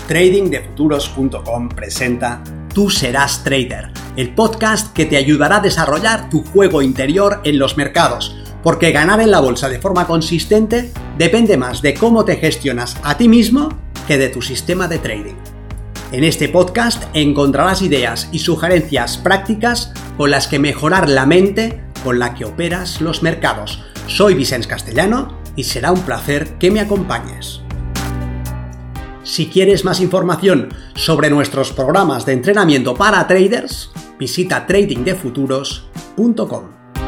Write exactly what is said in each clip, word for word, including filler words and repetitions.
trading de futuros punto com presenta Tú serás trader, el podcast que te ayudará a desarrollar tu juego interior en los mercados, porque ganar en la bolsa de forma consistente depende más de cómo te gestionas a ti mismo que de tu sistema de trading. En este podcast encontrarás ideas y sugerencias prácticas con las que mejorar la mente con la que operas los mercados. Soy Vicens Castellano y será un placer que me acompañes. Si quieres más información sobre nuestros programas de entrenamiento para traders, visita trading de futuros punto com.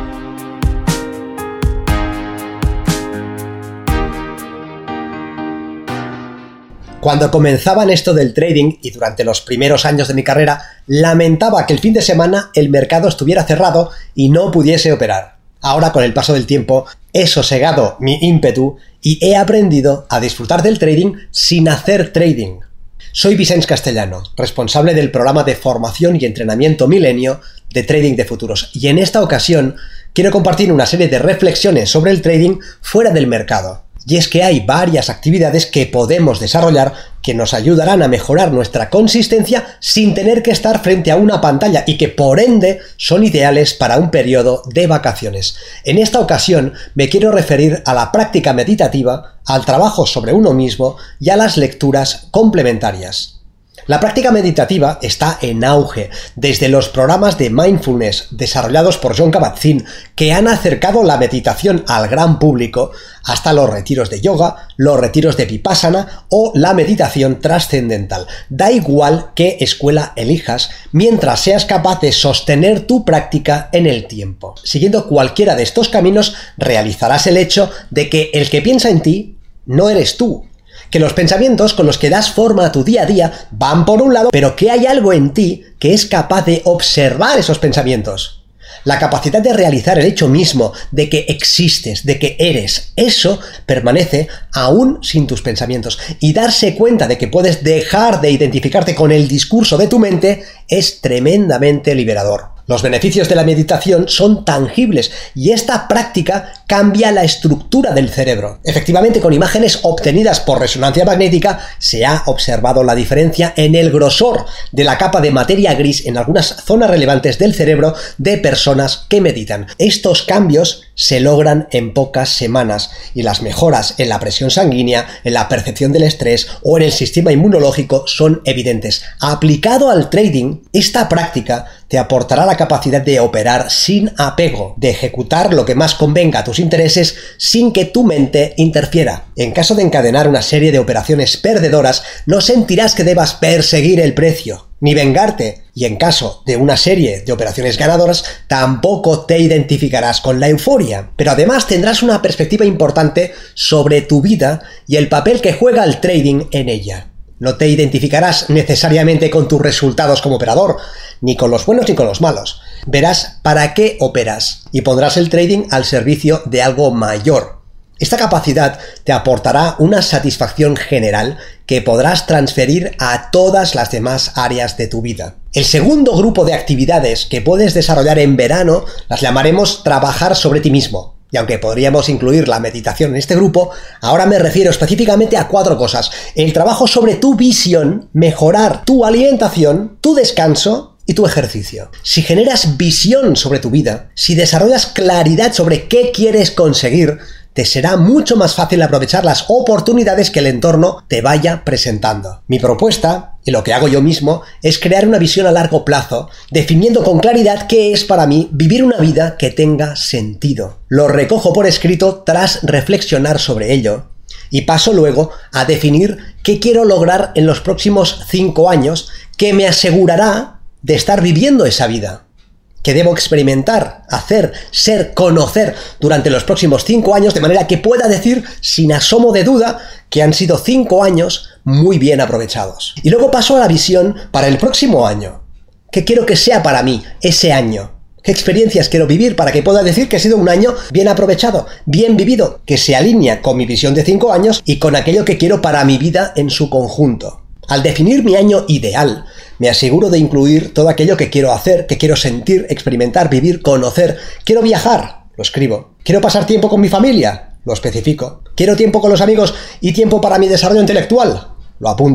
Cuando comenzaba en esto del trading y durante los primeros años de mi carrera, lamentaba que el fin de semana el mercado estuviera cerrado y no pudiese operar. Ahora, con el paso del tiempo, he sosegado mi ímpetu y he aprendido a disfrutar del trading sin hacer trading. Soy Vicens Castellano, responsable del programa de formación y entrenamiento Milenio de Trading de Futuros, y en esta ocasión quiero compartir una serie de reflexiones sobre el trading fuera del mercado. Y es que hay varias actividades que podemos desarrollar que nos ayudarán a mejorar nuestra consistencia sin tener que estar frente a una pantalla y que por ende son ideales para un periodo de vacaciones. En esta ocasión me quiero referir a la práctica meditativa, al trabajo sobre uno mismo y a las lecturas complementarias. La práctica meditativa está en auge desde los programas de mindfulness desarrollados por Jon Kabat-Zinn, que han acercado la meditación al gran público, hasta los retiros de yoga, los retiros de vipassana o la meditación trascendental. Da igual qué escuela elijas, mientras seas capaz de sostener tu práctica en el tiempo. Siguiendo cualquiera de estos caminos, realizarás el hecho de que el que piensa en ti no eres tú. Que los pensamientos con los que das forma a tu día a día van por un lado, pero que hay algo en ti que es capaz de observar esos pensamientos. La capacidad de realizar el hecho mismo de que existes, de que eres, eso permanece aún sin tus pensamientos. Y darse cuenta de que puedes dejar de identificarte con el discurso de tu mente es tremendamente liberador. Los beneficios de la meditación son tangibles y esta práctica cambia la estructura del cerebro. Efectivamente, con imágenes obtenidas por resonancia magnética se ha observado la diferencia en el grosor de la capa de materia gris en algunas zonas relevantes del cerebro de personas que meditan. Estos cambios se logran en pocas semanas y las mejoras en la presión sanguínea, en la percepción del estrés o en el sistema inmunológico son evidentes. Aplicado al trading, esta práctica te aportará la capacidad de operar sin apego, de ejecutar lo que más convenga a tus intereses sin que tu mente interfiera. En caso de encadenar una serie de operaciones perdedoras, no sentirás que debas perseguir el precio, ni vengarte, y en caso de una serie de operaciones ganadoras, tampoco te identificarás con la euforia. Pero además tendrás una perspectiva importante sobre tu vida y el papel que juega el trading en ella. No te identificarás necesariamente con tus resultados como operador, ni con los buenos ni con los malos. Verás para qué operas y pondrás el trading al servicio de algo mayor. Esta capacidad te aportará una satisfacción general que podrás transferir a todas las demás áreas de tu vida. El segundo grupo de actividades que puedes desarrollar en verano las llamaremos trabajar sobre ti mismo. Y aunque podríamos incluir la meditación en este grupo, ahora me refiero específicamente a cuatro cosas. El trabajo sobre tu visión, mejorar tu alimentación, tu descanso y tu ejercicio. Si generas visión sobre tu vida, si desarrollas claridad sobre qué quieres conseguir, te será mucho más fácil aprovechar las oportunidades que el entorno te vaya presentando. Mi propuesta, y lo que hago yo mismo, es crear una visión a largo plazo, definiendo con claridad qué es para mí vivir una vida que tenga sentido. Lo recojo por escrito tras reflexionar sobre ello, y paso luego a definir qué quiero lograr en los próximos cinco años que me asegurará de estar viviendo esa vida. Que debo experimentar, hacer, ser, conocer durante los próximos cinco años, de manera que pueda decir sin asomo de duda que han sido cinco años muy bien aprovechados. Y luego paso a la visión para el próximo año. ¿Qué quiero que sea para mí ese año? ¿Qué experiencias quiero vivir para que pueda decir que ha sido un año bien aprovechado, bien vivido, que se alinea con mi visión de cinco años y con aquello que quiero para mi vida en su conjunto? Al definir mi año ideal, me aseguro de incluir todo aquello que quiero hacer, que quiero sentir, experimentar, vivir, conocer. Quiero viajar, lo escribo. Quiero pasar tiempo con mi familia, lo especifico. Quiero tiempo con los amigos y tiempo para mi desarrollo intelectual, lo apunto.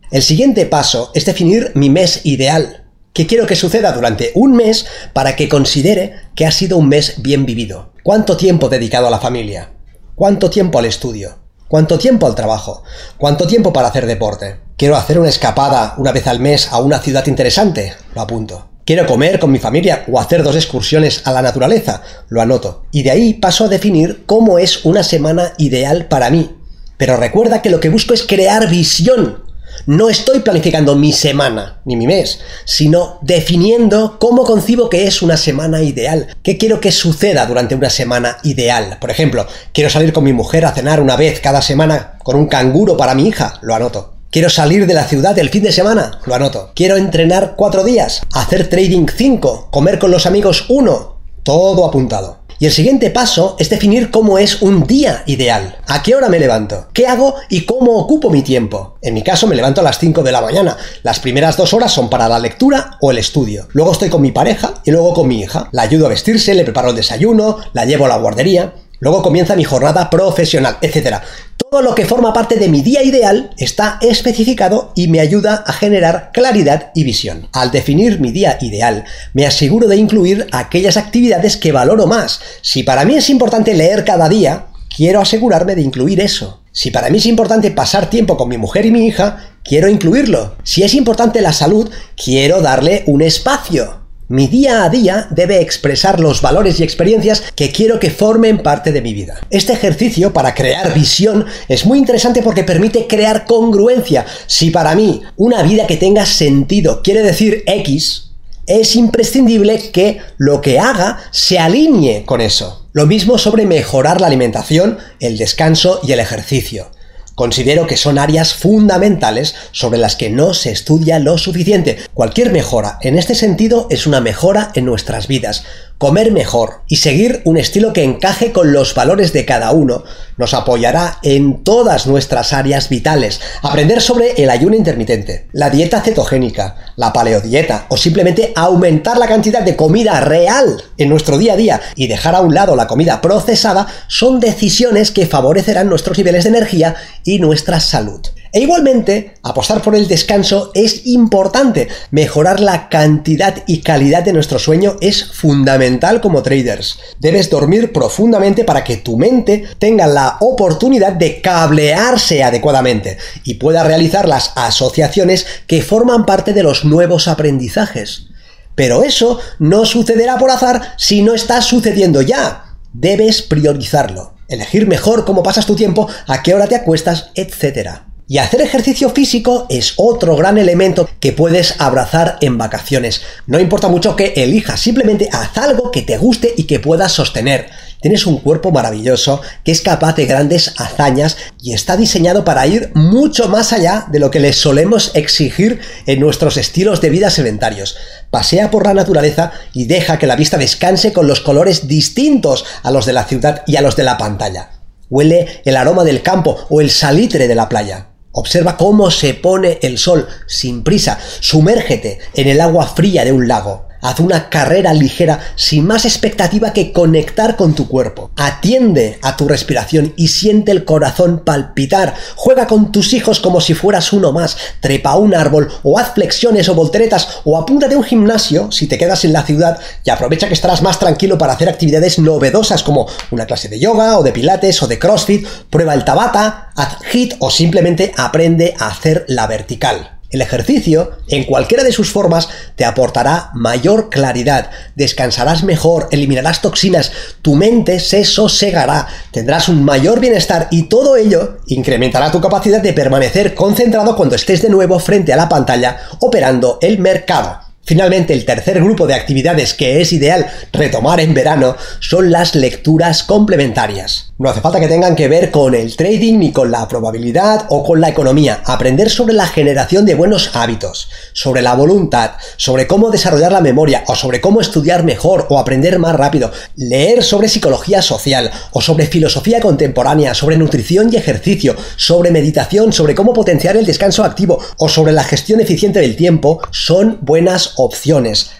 El siguiente paso es definir mi mes ideal. ¿Qué quiero que suceda durante un mes para que considere que ha sido un mes bien vivido? ¿Cuánto tiempo dedicado a la familia? ¿Cuánto tiempo al estudio? ¿Cuánto tiempo al trabajo? ¿Cuánto tiempo para hacer deporte? ¿Quiero hacer una escapada una vez al mes a una ciudad interesante? Lo apunto. ¿Quiero comer con mi familia o hacer dos excursiones a la naturaleza? Lo anoto. Y de ahí paso a definir cómo es una semana ideal para mí. Pero recuerda que lo que busco es crear visión. No estoy planificando mi semana, ni mi mes, sino definiendo cómo concibo que es una semana ideal. ¿Qué quiero que suceda durante una semana ideal? Por ejemplo, quiero salir con mi mujer a cenar una vez cada semana con un canguro para mi hija. Lo anoto. Quiero salir de la ciudad el fin de semana, lo anoto. Quiero entrenar cuatro días, hacer trading cinco, comer con los amigos uno, todo apuntado. Y el siguiente paso es definir cómo es un día ideal. ¿A qué hora me levanto? ¿Qué hago y cómo ocupo mi tiempo? En mi caso me levanto a las cinco de la mañana. Las primeras dos horas son para la lectura o el estudio. Luego estoy con mi pareja y luego con mi hija. La ayudo a vestirse, le preparo el desayuno, la llevo a la guardería. Luego comienza mi jornada profesional, etcétera. Todo lo que forma parte de mi día ideal está especificado y me ayuda a generar claridad y visión. Al definir mi día ideal, me aseguro de incluir aquellas actividades que valoro más. Si para mí es importante leer cada día, quiero asegurarme de incluir eso. Si para mí es importante pasar tiempo con mi mujer y mi hija, quiero incluirlo. Si es importante la salud, quiero darle un espacio. Mi día a día debe expresar los valores y experiencias que quiero que formen parte de mi vida. Este ejercicio para crear visión es muy interesante porque permite crear congruencia. Si para mí una vida que tenga sentido quiere decir X, es imprescindible que lo que haga se alinee con eso. Lo mismo sobre mejorar la alimentación, el descanso y el ejercicio. Considero que son áreas fundamentales sobre las que no se estudia lo suficiente. Cualquier mejora en este sentido es una mejora en nuestras vidas. Comer mejor y seguir un estilo que encaje con los valores de cada uno nos apoyará en todas nuestras áreas vitales. Aprender sobre el ayuno intermitente, la dieta cetogénica, la paleodieta o simplemente aumentar la cantidad de comida real en nuestro día a día y dejar a un lado la comida procesada son decisiones que favorecerán nuestros niveles de energía y nuestra salud. E igualmente, apostar por el descanso es importante. Mejorar la cantidad y calidad de nuestro sueño es fundamental como traders. Debes dormir profundamente para que tu mente tenga la oportunidad de cablearse adecuadamente y pueda realizar las asociaciones que forman parte de los nuevos aprendizajes. Pero eso no sucederá por azar si no está sucediendo ya. Debes priorizarlo, elegir mejor cómo pasas tu tiempo, a qué hora te acuestas, etcétera. Y hacer ejercicio físico es otro gran elemento que puedes abrazar en vacaciones. No importa mucho que elijas, simplemente haz algo que te guste y que puedas sostener. Tienes un cuerpo maravilloso que es capaz de grandes hazañas y está diseñado para ir mucho más allá de lo que le solemos exigir en nuestros estilos de vida sedentarios. Pasea por la naturaleza y deja que la vista descanse con los colores distintos a los de la ciudad y a los de la pantalla. Huele el aroma del campo o el salitre de la playa. Observa cómo se pone el sol sin prisa. Sumérgete en el agua fría de un lago. Haz una carrera ligera sin más expectativa que conectar con tu cuerpo. Atiende a tu respiración y siente el corazón palpitar. Juega con tus hijos como si fueras uno más. Trepa a un árbol o haz flexiones o volteretas o apúntate a un gimnasio si te quedas en la ciudad y aprovecha que estarás más tranquilo para hacer actividades novedosas como una clase de yoga o de pilates o de crossfit. Prueba el tabata, haz hit o simplemente aprende a hacer la vertical. El ejercicio, en cualquiera de sus formas, te aportará mayor claridad, descansarás mejor, eliminarás toxinas, tu mente se sosegará, tendrás un mayor bienestar y todo ello incrementará tu capacidad de permanecer concentrado cuando estés de nuevo frente a la pantalla operando el mercado. Finalmente, el tercer grupo de actividades que es ideal retomar en verano son las lecturas complementarias. No hace falta que tengan que ver con el trading ni con la probabilidad o con la economía. Aprender sobre la generación de buenos hábitos, sobre la voluntad, sobre cómo desarrollar la memoria o sobre cómo estudiar mejor o aprender más rápido. Leer sobre psicología social o sobre filosofía contemporánea, sobre nutrición y ejercicio, sobre meditación, sobre cómo potenciar el descanso activo o sobre la gestión eficiente del tiempo son buenas opciones.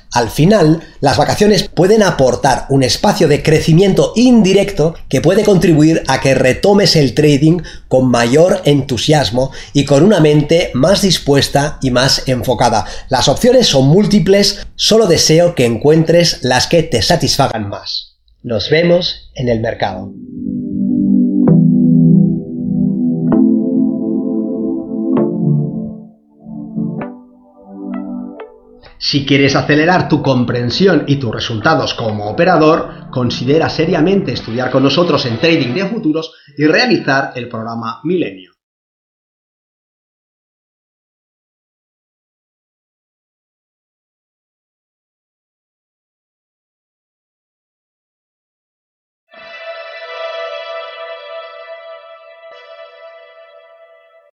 Al final, las vacaciones pueden aportar un espacio de crecimiento indirecto que puede contribuir a que retomes el trading con mayor entusiasmo y con una mente más dispuesta y más enfocada. Las opciones son múltiples, solo deseo que encuentres las que te satisfagan más. Nos vemos en el mercado. Si quieres acelerar tu comprensión y tus resultados como operador, considera seriamente estudiar con nosotros en Trading de Futuros y realizar el programa Milenio.